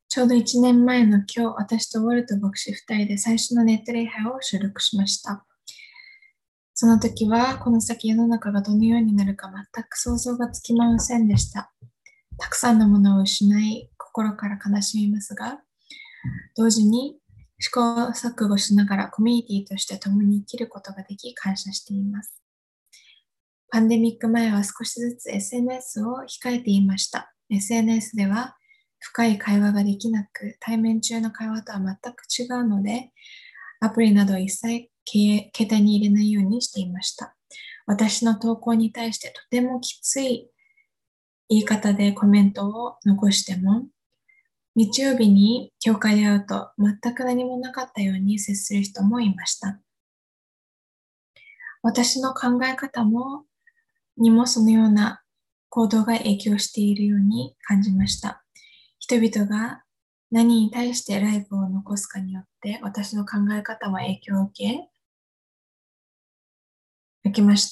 ちょうど1年前の今日、私とウォルト牧師2人で最初のネット礼拝を収録しました。その時は、この先世の中がどのようになるか全く想像がつきませんでした。たくさんのものを失い、心から悲しみますが、同時に試行錯誤しながらコミュニティとして共に生きることができ感謝しています。パンデミック前は少しずつ SNS を控えていました。SNS では深い会話ができなく、対面中の会話とは全く違うので、アプリなど一切携帯に入れないようにしていました。私の投稿に対してとてもきつい言い方でコメントを残しても、日曜日に教会で会うと全く何もなかったように接する人もいました。私の考え方にもそのような行動が影響しているように感じました。人々が何に対してライブを残すかによって私の考え方は影響を受けました。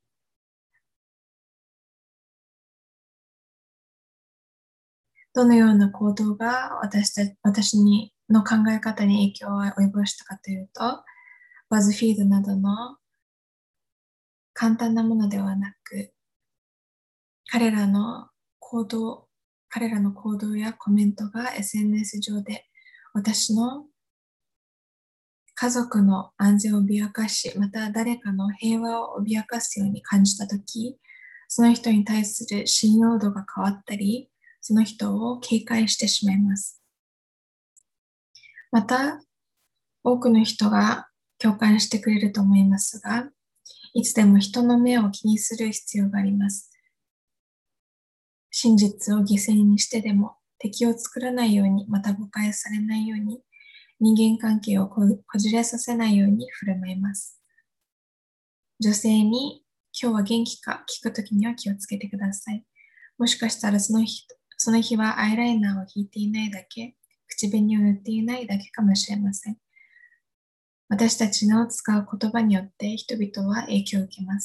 どのような行動が私の考え方に影響を及ぼしたかというと、バズフィードなどの簡単なものではなく、彼らの行動、彼らの行動やコメントが SNS 上で私の家族の安全を脅かし、また誰かの平和を脅かすように感じたとき、その人に対する信用度が変わったり、その人を警戒してしまいます。また、多くの人が共感してくれると思いますが、いつでも人の目を気にする必要があります。真実を犠牲にしてでも敵を作らないように、また誤解されないように、人間関係をこじれさせないように振る舞います。女性に今日は元気か聞くときには気をつけてください。もしかしたらその日はアイライナーを引いていないだけ、口紅を塗っていないだけかもしれません。私たちの使う言葉によって人々は影響を受けます。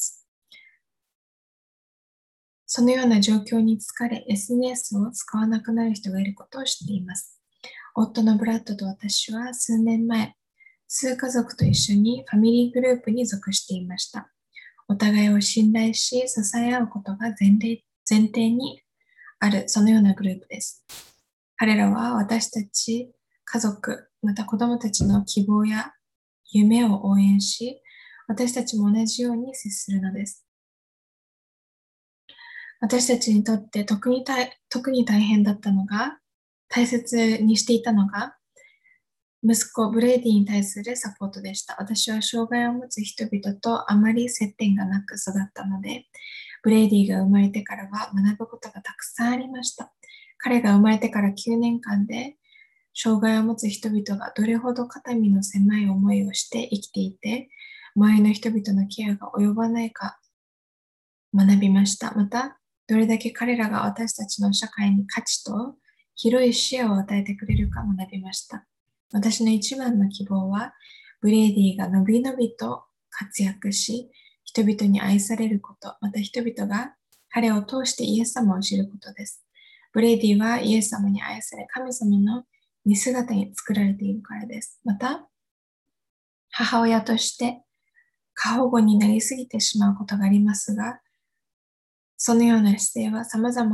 そのような状況に疲れ、SNS を使わなくなる人がいることを知っています。夫のブラッドと私は数年前、数家族と一緒にファミリーグループに属していました。お互いを信頼し、支え合うことが前提にある、そのようなグループです。彼らは私たち、家族、また子供たちの希望や夢を応援し、私たちも同じように接するのです。私たちにとって特に大変だったのが、大切にしていたのが、息子ブレイディに対するサポートでした。私は障害を持つ人々とあまり接点がなく育ったので、ブレイディが生まれてからは学ぶことがたくさんありました。彼が生まれてから9年間で、障害を持つ人々がどれほど肩身の狭い思いをして生きていて、周りの人々のケアが及ばないか学びました。また、どれだけ彼らが私たちの社会に価値と広い視野を与えてくれるか学びました。私の一番の希望は、ブレイディがのびのびと活躍し、人々に愛されること、また人々が彼を通してイエス様を知ることです。ブレイディはイエス様に愛され、神様の似姿に作られているからです。また、母親として過保護になりすぎてしまうことがありますが、そのような姿勢は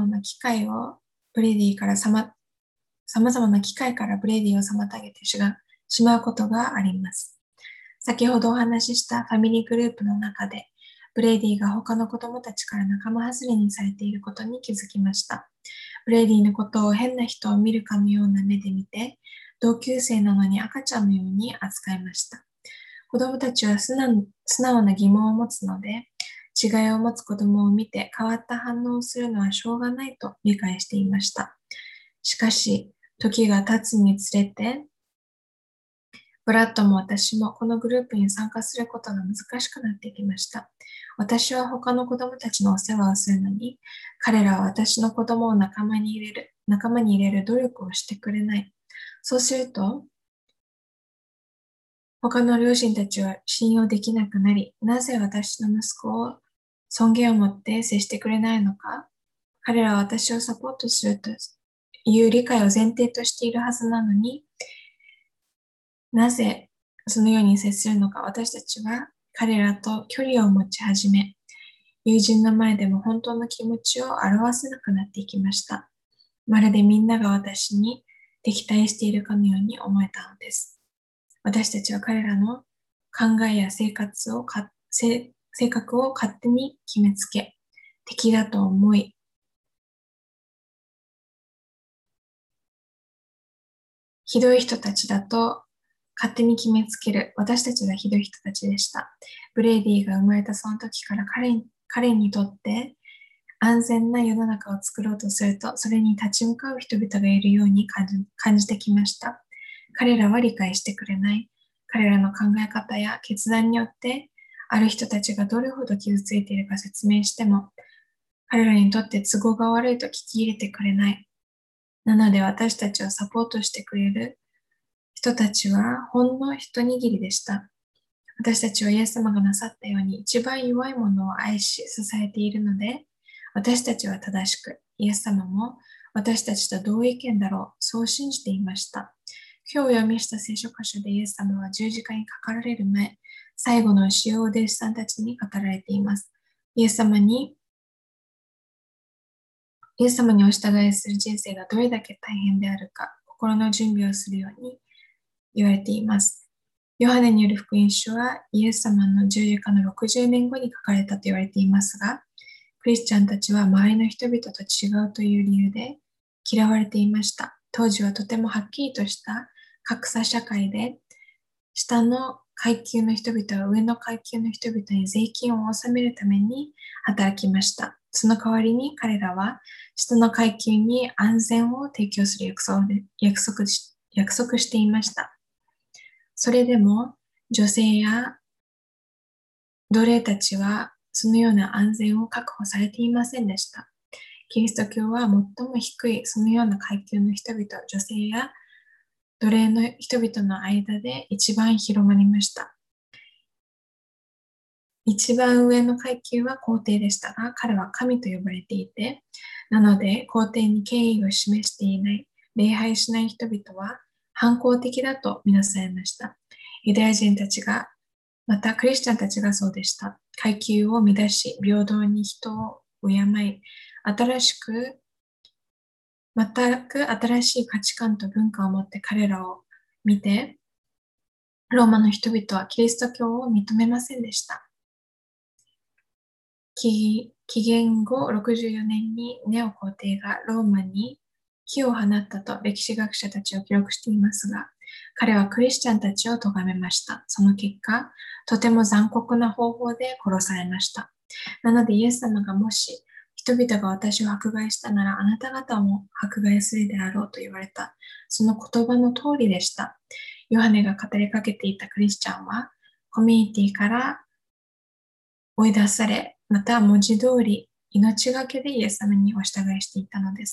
様々な機会からブレイディを妨げてしまうことがあります。先ほどお話ししたファミリーグループの中で、ブレイディが他の子供たちから仲間外れにされていることに気づきました。ブレイディのことを変な人を見るかのような目で見て、同級生なのに赤ちゃんのように扱いました。子供たちは素直な疑問を持つので、違いを持つ子供を見て変わった反応をするのはしょうがないと理解していました。しかし、時が経つにつれて、ブラッドも私もこのグループに参加することが難しくなってきました。私は他の子供たちのお世話をするのに、彼らは私の子供を仲間に入れる努力をしてくれない。そうすると、他の両親たちは信用できなくなり、なぜ私の息子を尊厳を持って接してくれないのか、彼らは私をサポートするという理解を前提としているはずなのに、なぜそのように接するのか、私たちは彼らと距離を持ち始め、友人の前でも本当の気持ちを表せなくなっていきました。まるでみんなが私に敵対しているかのように思えたのです。私たちは彼らの考えや性格を勝手に決めつけ、敵だと思い、ひどい人たちだと勝手に決めつける私たちがひどい人たちでした。ブレイディが生まれたその時から彼にとって安全な世の中を作ろうとすると、それに立ち向かう人々がいるように感じてきました。彼らは理解してくれない。彼らの考え方や決断によって、ある人たちがどれほど傷ついているか説明しても、彼らにとって都合が悪いと聞き入れてくれない。なので私たちをサポートしてくれる人たちはほんの一握りでした。私たちはイエス様がなさったように一番弱いものを愛し支えているので、私たちは正しく、イエス様も私たちと同意見だろう、そう信じていました。今日お読みした聖書箇所でイエス様は十字架にかかられる前、最後の主要弟子さんたちに語られています。イエス様にお従いする人生がどれだけ大変であるか、心の準備をするように言われています。ヨハネによる福音書はイエス様の十字架の60年後に書かれたと言われていますが、クリスチャンたちは周りの人々と違うという理由で嫌われていました。当時はとてもはっきりとした格差社会で、下の階級の人々は上の階級の人々に税金を納めるために働きました。その代わりに彼らは下の階級に安全を提供する約束していました。それでも女性や奴隷たちはそのような安全を確保されていませんでした。キリスト教は最も低いそのような階級の人々、女性や奴隷の人々の間で一番広まりました。一番上の階級は皇帝でしたが、彼は神と呼ばれていて、なので皇帝に敬意を示していない、礼拝しない人々は反抗的だとみなされました。ユダヤ人たちが、またクリスチャンたちがそうでした。階級を乱し、平等に人を敬い、全く新しい価値観と文化を持って彼らを見て、ローマの人々はキリスト教を認めませんでした。紀元後64年にネオ皇帝がローマに火を放ったと歴史学者たちは記録していますが、彼はクリスチャンたちを咎めました。その結果、とても残酷な方法で殺されました。なのでイエス様がもし人々が私を迫害したならあなた方も迫害するであろうと言われた。その言葉の通りでした。ヨハネが語りかけていたクリスチャンはコミュニティから追い出され、また文字通り命がけでイエス様にお従いしていたのです。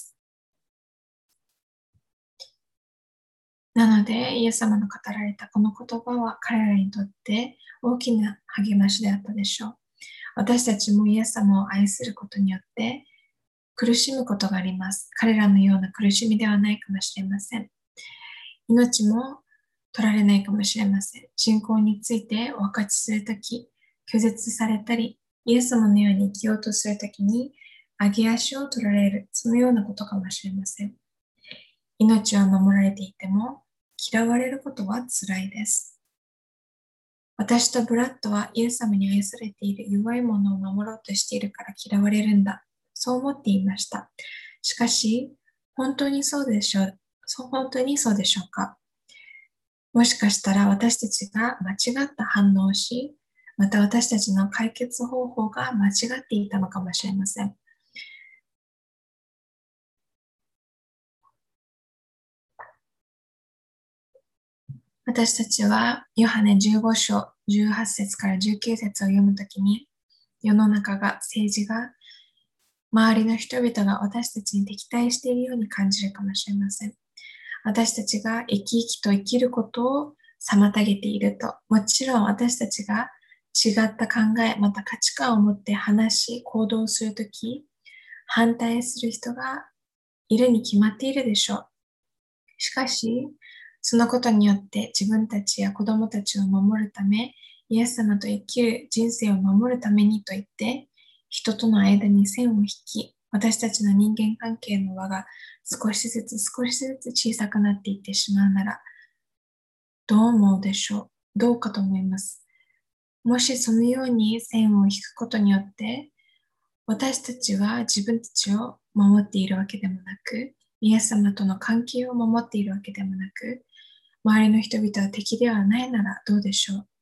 なので、イエス様の語られたこの言葉は彼らにとって大きな励ましであったでしょう。私たちもイエス様を愛することによって苦しむことがあります。彼らのような苦しみではないかもしれません。命も取られないかもしれません。信仰についてお分かちするとき、拒絶されたり、イエス様のように生きようとするときに、上げ足を取られる、そのようなことかもしれません。命は守られていても、嫌われることは辛いです。私とブラッドはイエス様に愛されている弱いものを守ろうとしているから嫌われるんだ。そう思っていました。しかし、本当にそうでしょうか？もしかしたら私たちが間違った反応をし、また私たちの解決方法が間違っていたのかもしれません。私たちはヨハネ15章18節から19節を読むときに、世の中が、政治が、周りの人々が私たちに敵対しているように感じるかもしれません。私たちが生き生きと生きることを妨げていると、もちろん私たちが違った考え、また価値観を持って話し、行動するとき、反対する人がいるに決まっているでしょう。しかし、そのことによって自分たちや子供たちを守るため、イエス様と生きる人生を守るためにと言って、人との間に線を引き、私たちの人間関係の輪が少しずつ小さくなっていってしまうなら、どう思うでしょう。どうかと思います。もしそのように線を引くことによって、私たちは自分たちを守っているわけでもなく、イエス様との関係を守っているわけでもなく、周りの人々は敵ではないならどうでしょう。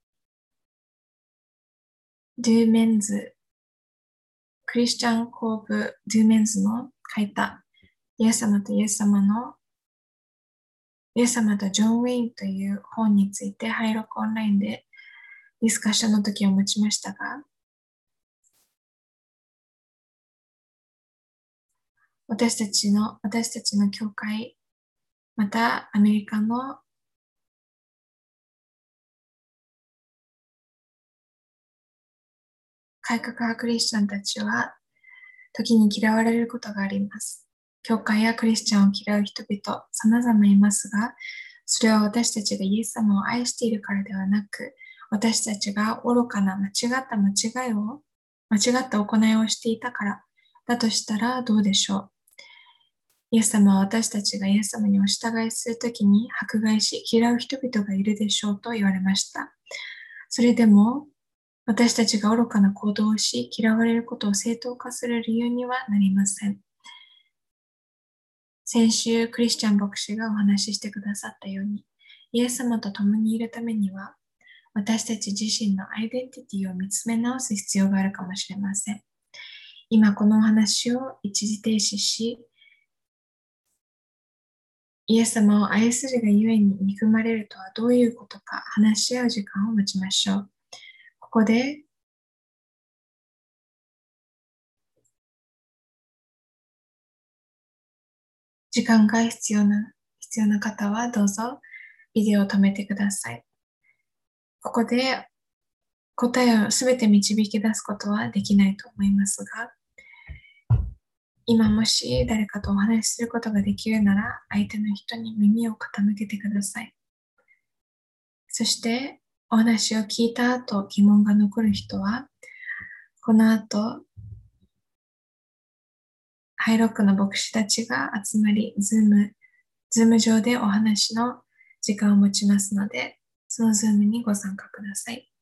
ドゥーメンズ、クリスチャン・コーブ・ドゥーメンズの書いたイエス様とジョン・ウェインという本についてハイロックオンラインでディスカッションの時を持ちましたが、私たちの教会、またアメリカの改革派クリスチャンたちは時に嫌われることがあります。教会やクリスチャンを嫌う人々、様々いますが、それは私たちがイエス様を愛しているからではなく、私たちが愚かな間違った行いをしていたからだとしたらどうでしょう。イエス様は私たちがイエス様にお従いするときに迫害し嫌う人々がいるでしょうと言われました。それでも私たちが愚かな行動をし嫌われることを正当化する理由にはなりません。先週クリスチャン牧師がお話ししてくださったように、イエス様と共にいるためには私たち自身のアイデンティティを見つめ直す必要があるかもしれません。今このお話を一時停止し、イエス様を愛するがゆえに憎まれるとはどういうことか話し合う時間を持ちましょう。ここで時間が必要な方はどうぞビデオを止めてください。ここで答えをすべて導き出すことはできないと思いますが、今もし誰かとお話しすることができるなら、相手の人に耳を傾けてください。そして、お話を聞いた後、疑問が残る人は、この後、ハイロックの牧師たちが集まり、ズーム上でお話の時間を持ちますので、そのズームにご参加ください。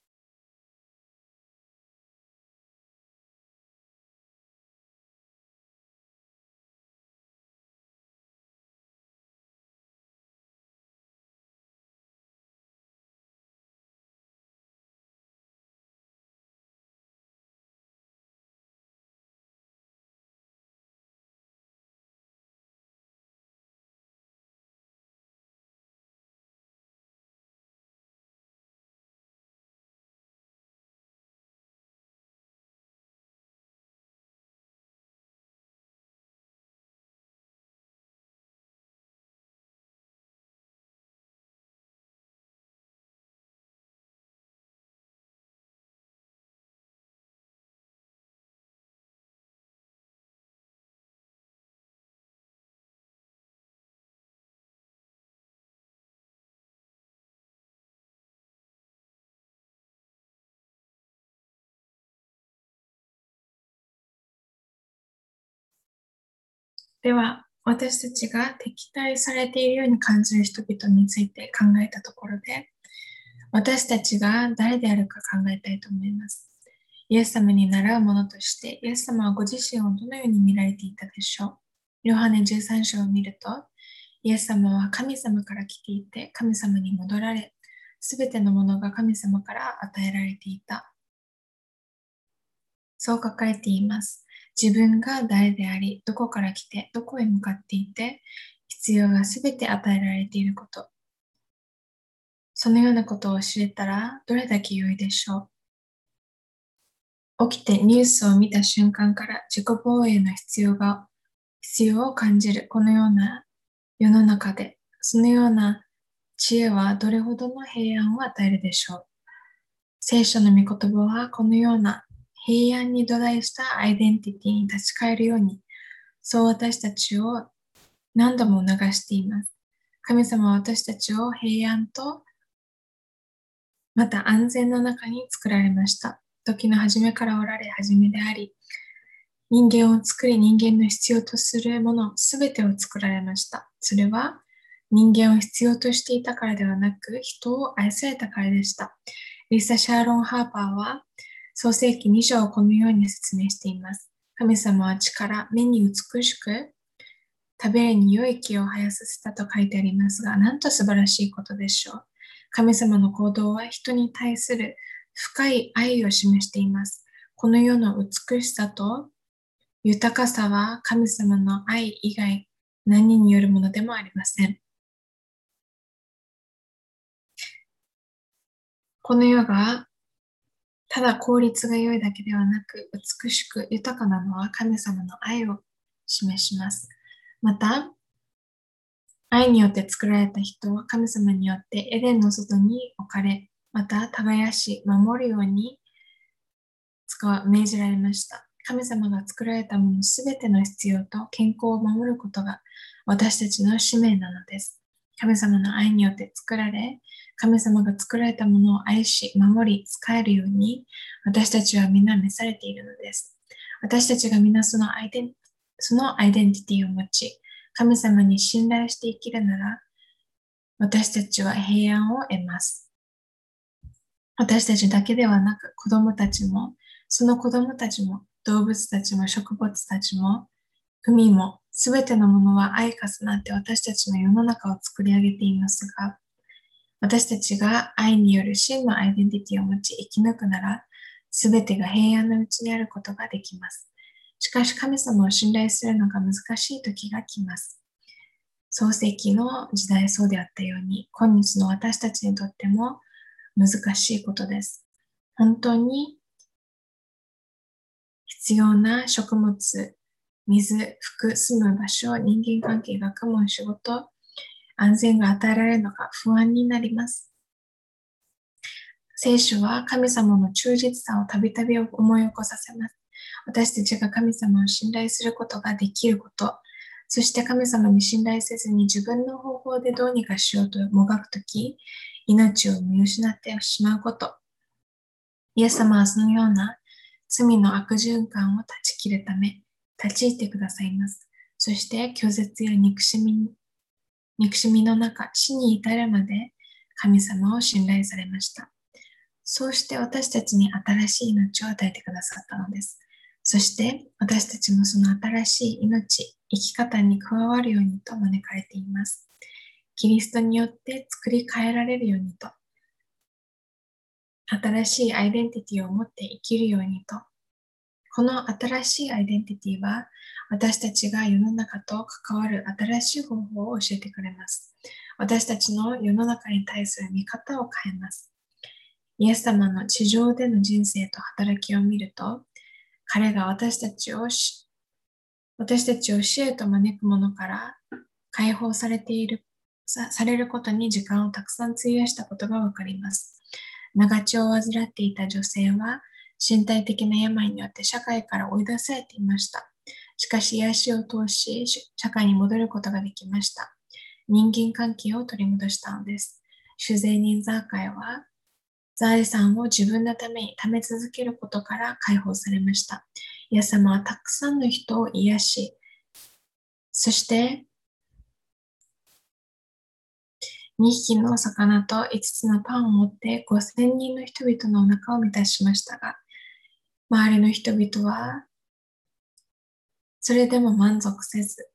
では、私たちが敵対されているように感じる人々について考えたところで、私たちが誰であるか考えたいと思います。イエス様に倣う者として、イエス様はご自身をどのように見られていたでしょう。ヨハネ13章を見ると、イエス様は神様から来ていて、神様に戻られ、すべてのものが神様から与えられていた。そう書かれています。自分が誰であり、どこから来て、どこへ向かっていて、必要がすべて与えられていること。そのようなことを知れたら、どれだけ良いでしょう。起きてニュースを見た瞬間から自己防衛の必要を感じるこのような世の中で、そのような知恵はどれほどの平安を与えるでしょう。聖書の御言葉はこのような平安に土台したアイデンティティに立ち返るように、 そう私たちを何度も促しています。神様は私たちを平安とまた安全の中に作られました。時の初めからおられ初めであり、人間を作り人間の必要とするものすべてを作られました。それは人間を必要としていたからではなく、人を愛されたからでした。リサ・シャーロン・ハーパーは創世記2章をこのように説明しています。神様は力、目に美しく、食べるに良い木を生やさせたと書いてありますが、なんと素晴らしいことでしょう。神様の行動は人に対する深い愛を示しています。この世の美しさと豊かさは神様の愛以外何によるものでもありません。この世がただ効率が良いだけではなく美しく豊かなのは神様の愛を示します。また、愛によって作られた人は神様によってエデンの外に置かれ、また耕し、守るように命じられました。神様が作られたものすべての必要と健康を守ることが私たちの使命なのです。神様の愛によって作られ、神様が作られたものを愛し、守り、使えるように、私たちは皆召されているのです。私たちが皆そのアイデンティティを持ち、神様に信頼して生きるなら、私たちは平安を得ます。私たちだけではなく、子供たちも、その子供たちも、動物たちも、植物たちも、海も、すべてのものは愛重なって私たちの世の中を作り上げていますが、私たちが愛による真のアイデンティティを持ち生き抜くなら、すべてが平安のうちにあることができます。しかし神様を信頼するのが難しい時が来ます。創世記の時代そうであったように、今日の私たちにとっても難しいことです。本当に必要な食物、水、服、住む場所、人間関係、学問、仕事、安全が与えられるのか不安になります。聖書は神様の忠実さをたびたび思い起こさせます。私たちが神様を信頼することができること、そして神様に信頼せずに自分の方法でどうにかしようともがくとき、命を見失ってしまうこと。イエス様はそのような罪の悪循環を断ち切るため、立ち入ってくださいます。そして拒絶や憎しみの中、死に至るまで神様を信頼されました。そうして私たちに新しい命を与えてくださったのです。そして私たちもその新しい命、生き方に加わるようにと招かれています。キリストによって作り変えられるようにと、新しいアイデンティティを持って生きるようにと、この新しいアイデンティティは私たちが世の中と関わる新しい方法を教えてくれます。私たちの世の中に対する見方を変えます。イエス様の地上での人生と働きを見ると、彼が私たちを死へと招くものから解放されている、されることに時間をたくさん費やしたことがわかります。長血を患っていた女性は身体的な病によって社会から追い出されていました。しかし癒しを通し社会に戻ることができました。人間関係を取り戻したのです。主税人ザーカイは財産を自分のために貯め続けることから解放されました。イエス様はたくさんの人を癒し、そして2匹の魚と5つのパンを持って5000人の人々のお腹を満たしましたが、周りの人々はそれでも満足せず、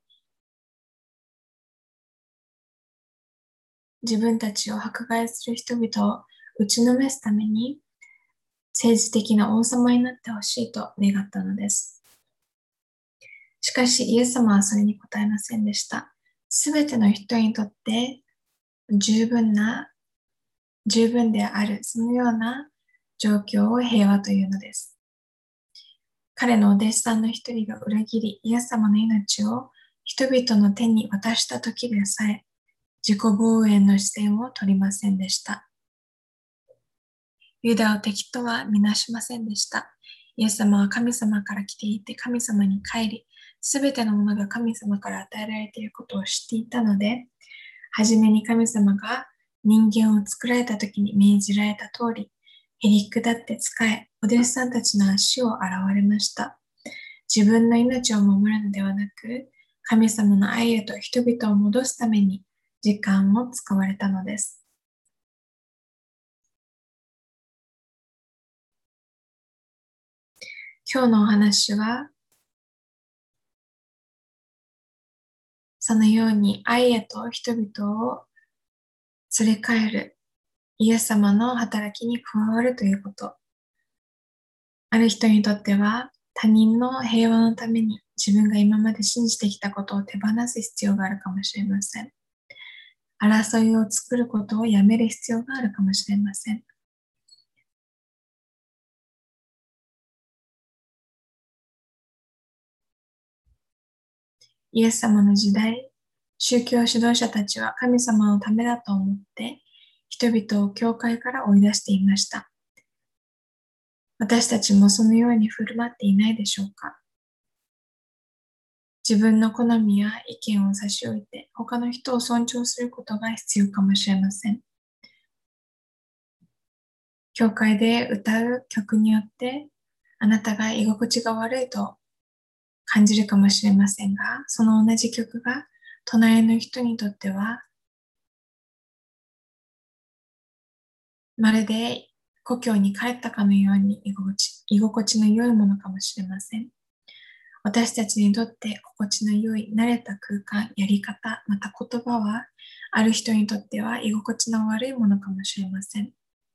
自分たちを迫害する人々を打ちのめすために政治的な王様になってほしいと願ったのです。しかしイエス様はそれに答えませんでした。すべての人にとって十分である、そのような状況を平和というのです。彼のお弟子さんの一人が裏切り、イエス様の命を人々の手に渡した時でさえ、自己防衛の視線を取りませんでした。ユダを敵とはみなしませんでした。イエス様は神様から来ていて、神様に帰り、 すべてのものが神様から与えられていることを知っていたので、はじめに神様が人間を作られた時に命じられた通り、へりくだって仕え、お弟子さんたちの足を洗われました。自分の命を守るのではなく、神様の愛へと人々を戻すために時間を使われたのです。今日のお話は、そのように愛へと人々を連れ帰るイエス様の働きに加わるということ。ある人にとっては他人の平和のために自分が今まで信じてきたことを手放す必要があるかもしれません。争いを作ることをやめる必要があるかもしれません。イエス様の時代、宗教指導者たちは神様のためだと思って人々を教会から追い出していました。私たちもそのように振る舞っていないでしょうか。自分の好みや意見を差し置いて他の人を尊重することが必要かもしれません。教会で歌う曲によってあなたが居心地が悪いと感じるかもしれませんが、その同じ曲が隣の人にとってはまるで故郷に帰ったかのように居心地の良いものかもしれません。私たちにとって心地の良い慣れた空間、やり方、また言葉はある人にとっては居心地の悪いものかもしれません。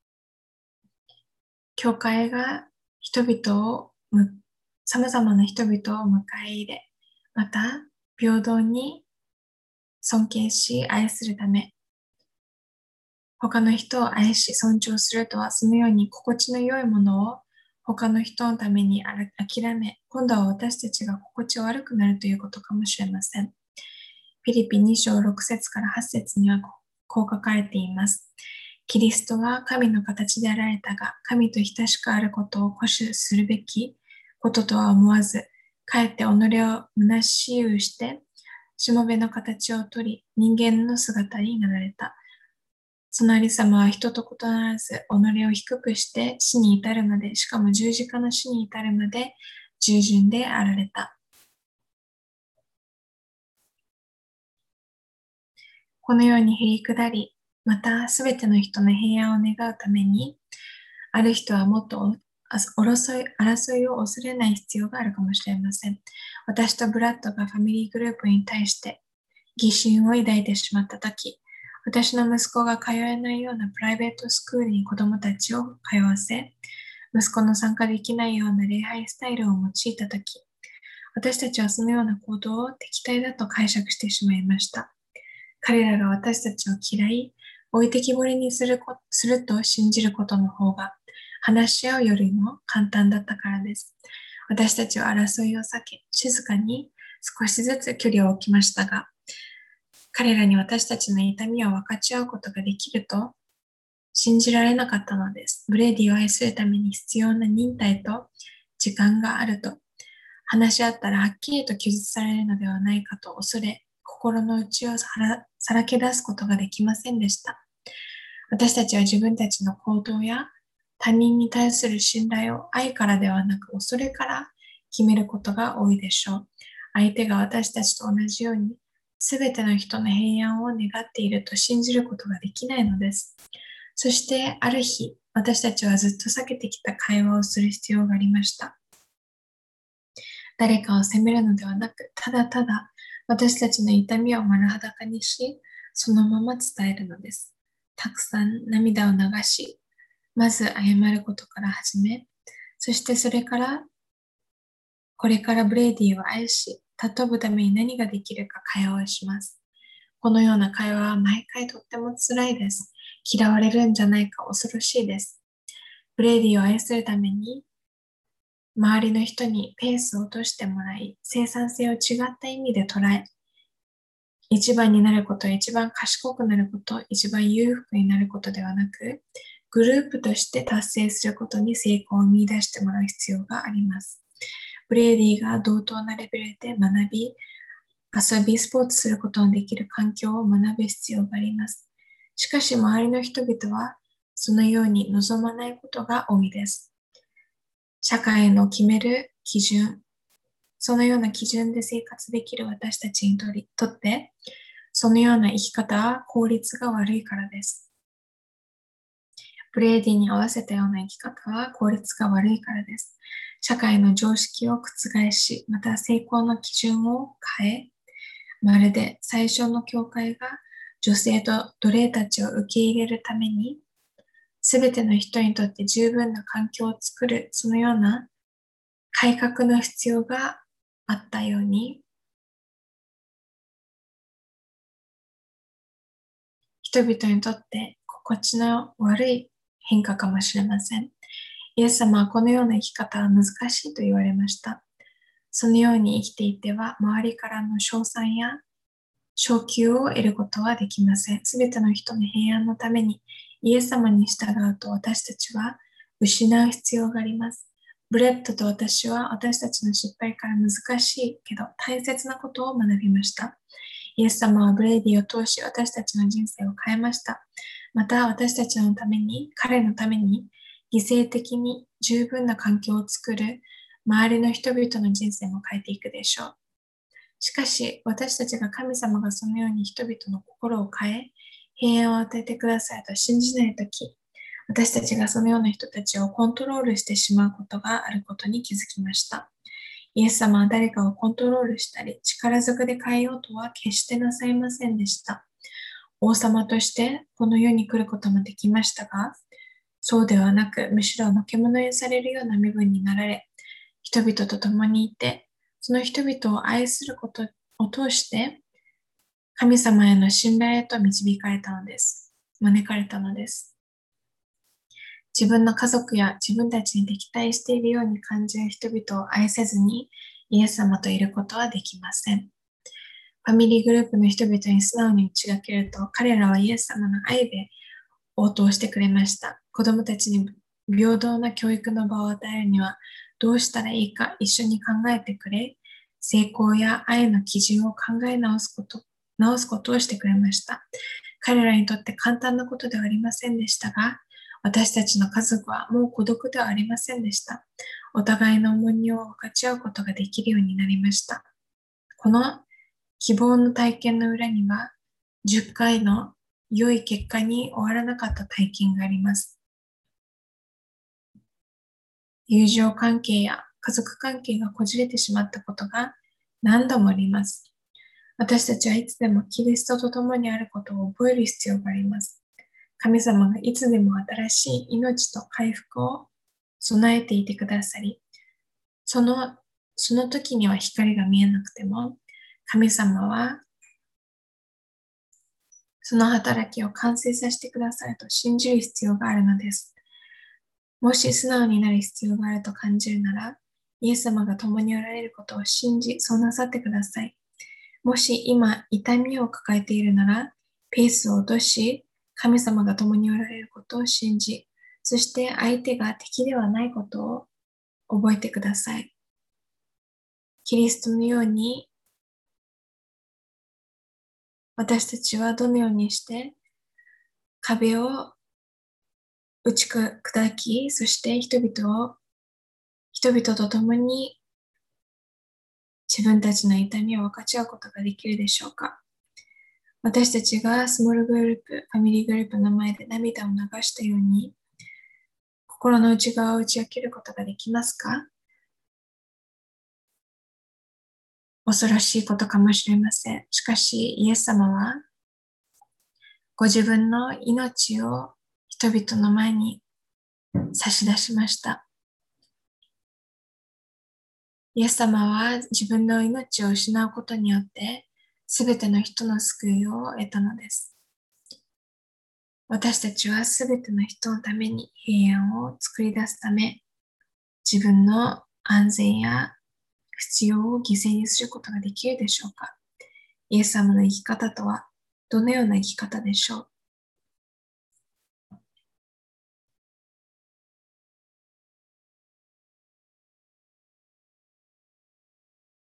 教会が人々を、様々な人々を迎え入れ、また平等に尊敬し愛するため、他の人を愛し尊重するとは、そのように心地の良いものを他の人のために諦め、今度は私たちが心地悪くなるということかもしれません。フィリピ2章6節から8節にはこう書かれています。キリストは神の形であられたが、神と等しくあることを固守するべきこととは思わず、かえって己を虚しゅうして、しもべの形をとり、人間の姿になられた。そのありさまは人と異ならず、己を低くして死に至るまで、しかも十字架の死に至るまで従順であられた。このようにへりくだり、またすべての人の平安を願うために、ある人はもっと争いを恐れない必要があるかもしれません。私とブラッドがファミリーグループに対して疑心を抱いてしまったとき、私の息子が通えないようなプライベートスクールに子供たちを通わせ、息子の参加できないような礼拝スタイルを用いたとき、私たちはそのような行動を敵対だと解釈してしまいました。彼らが私たちを嫌い、置いてきぼりにすると信じることの方が、話し合うよりも簡単だったからです。私たちは争いを避け、静かに少しずつ距離を置きましたが、彼らに私たちの痛みを分かち合うことができると信じられなかったのです。ブレイディを愛するために必要な忍耐と時間があると、話し合ったらはっきりと記述されるのではないかと恐れ、心の内をさらけ出すことができませんでした。私たちは自分たちの行動や他人に対する信頼を愛からではなく恐れから決めることが多いでしょう。相手が私たちと同じようにすべての人の平安を願っていると信じることができないのです。そしてある日、私たちはずっと避けてきた会話をする必要がありました。誰かを責めるのではなく、ただただ私たちの痛みを丸裸にし、そのまま伝えるのです。たくさん涙を流し、まず謝ることから始め、そしてそれからこれからブレイディを愛し、尊ぶために何ができるか会話をします。このような会話は毎回とっても辛いです。嫌われるんじゃないか恐ろしいです。ブレイディを愛するために周りの人にペースを落としてもらい、生産性を違った意味で捉え、一番になること、一番賢くなること、一番裕福になることではなく、グループとして達成することに成功を見出してもらう必要があります。 ブレイディが同等なレベルで学び、遊び、スポーツすることのできる環境を学ぶ必要があります。しかし、周りの人々はそのように望まないことが多いです。社会の決める基準、そのような基準で生活できる私たちにとって、そのような生き方は効率が悪いからです。ブレイディに合わせたような生き方は効率が悪いからです。社会の常識を覆し、また成功の基準を変え、まるで最初の教会が女性と奴隷たちを受け入れるために、すべての人にとって十分な環境を作る、そのような改革の必要があったように、人々にとって心地の悪い変化かもしれません。イエス様はこのような生き方は難しいと言われました。そのように生きていては、周りからの称賛や昇給を得ることはできません。すべての人の平安のために、イエス様に従うと私たちは失う必要があります。ブレッドと私は私たちの失敗から難しいけど大切なことを学びました。イエス様はブレイディを通し私たちの人生を変えました。また私たちのために、彼のために犠牲的に十分な環境を作る周りの人々の人生も変えていくでしょう。しかし、私たちが神様がそのように人々の心を変え、平安を与えてくださいと信じないとき、私たちがそのような人たちをコントロールしてしまうことがあることに気づきました。イエス様は誰かをコントロールしたり、力ずくで変えようとは決してなさいませんでした。王様としてこの世に来ることもできましたが、そうではなく、むしろのけ者にされるような身分になられ、人々と共にいて、その人々を愛することを通して、神様への信頼へと導かれたのです。招かれたのです。自分の家族や自分たちに敵対しているように感じる人々を愛せずに、イエス様といることはできません。ファミリーグループの人々に素直に打ち明けると、彼らはイエス様の愛で応答してくれました。子供たちに平等な教育の場を与えるにはどうしたらいいか一緒に考えてくれ、成功や愛の基準を考え直すことをしてくれました。彼らにとって簡単なことではありませんでしたが、私たちの家族はもう孤独ではありませんでした。お互いの重荷を分かち合うことができるようになりました。この希望の体験の裏には、10回の良い結果に終わらなかった体験があります。友情関係や家族関係がこじれてしまったことが何度もあります。私たちはいつでもキリストと共にあることを覚える必要があります。神様がいつでも新しい命と回復を備えていてくださり、その時には光が見えなくても、神様はその働きを完成させてくださると信じる必要があるのです。もし素直になる必要があると感じるなら、イエス様が共におられることを信じ、そうなさってください。もし今痛みを抱えているなら、ペースを落とし、神様が共におられることを信じ、そして相手が敵ではないことを覚えてください。キリストのように私たちはどのようにして壁を打ち砕き、そして人々と共に自分たちの痛みを分かち合うことができるでしょうか。私たちがスモールグループ、ファミリーグループの前で涙を流したように、心の内側を打ち明けることができますか？恐ろしいことかもしれません。しかし、イエス様は、ご自分の命を人々の前に差し出しました。イエス様は自分の命を失うことによって、すべての人の救いを得たのです。私たちはすべての人のために平安を作り出すため、自分の安全や必要を犠牲にすることができるでしょうか？イエス様の生き方とはどのような生き方でしょう？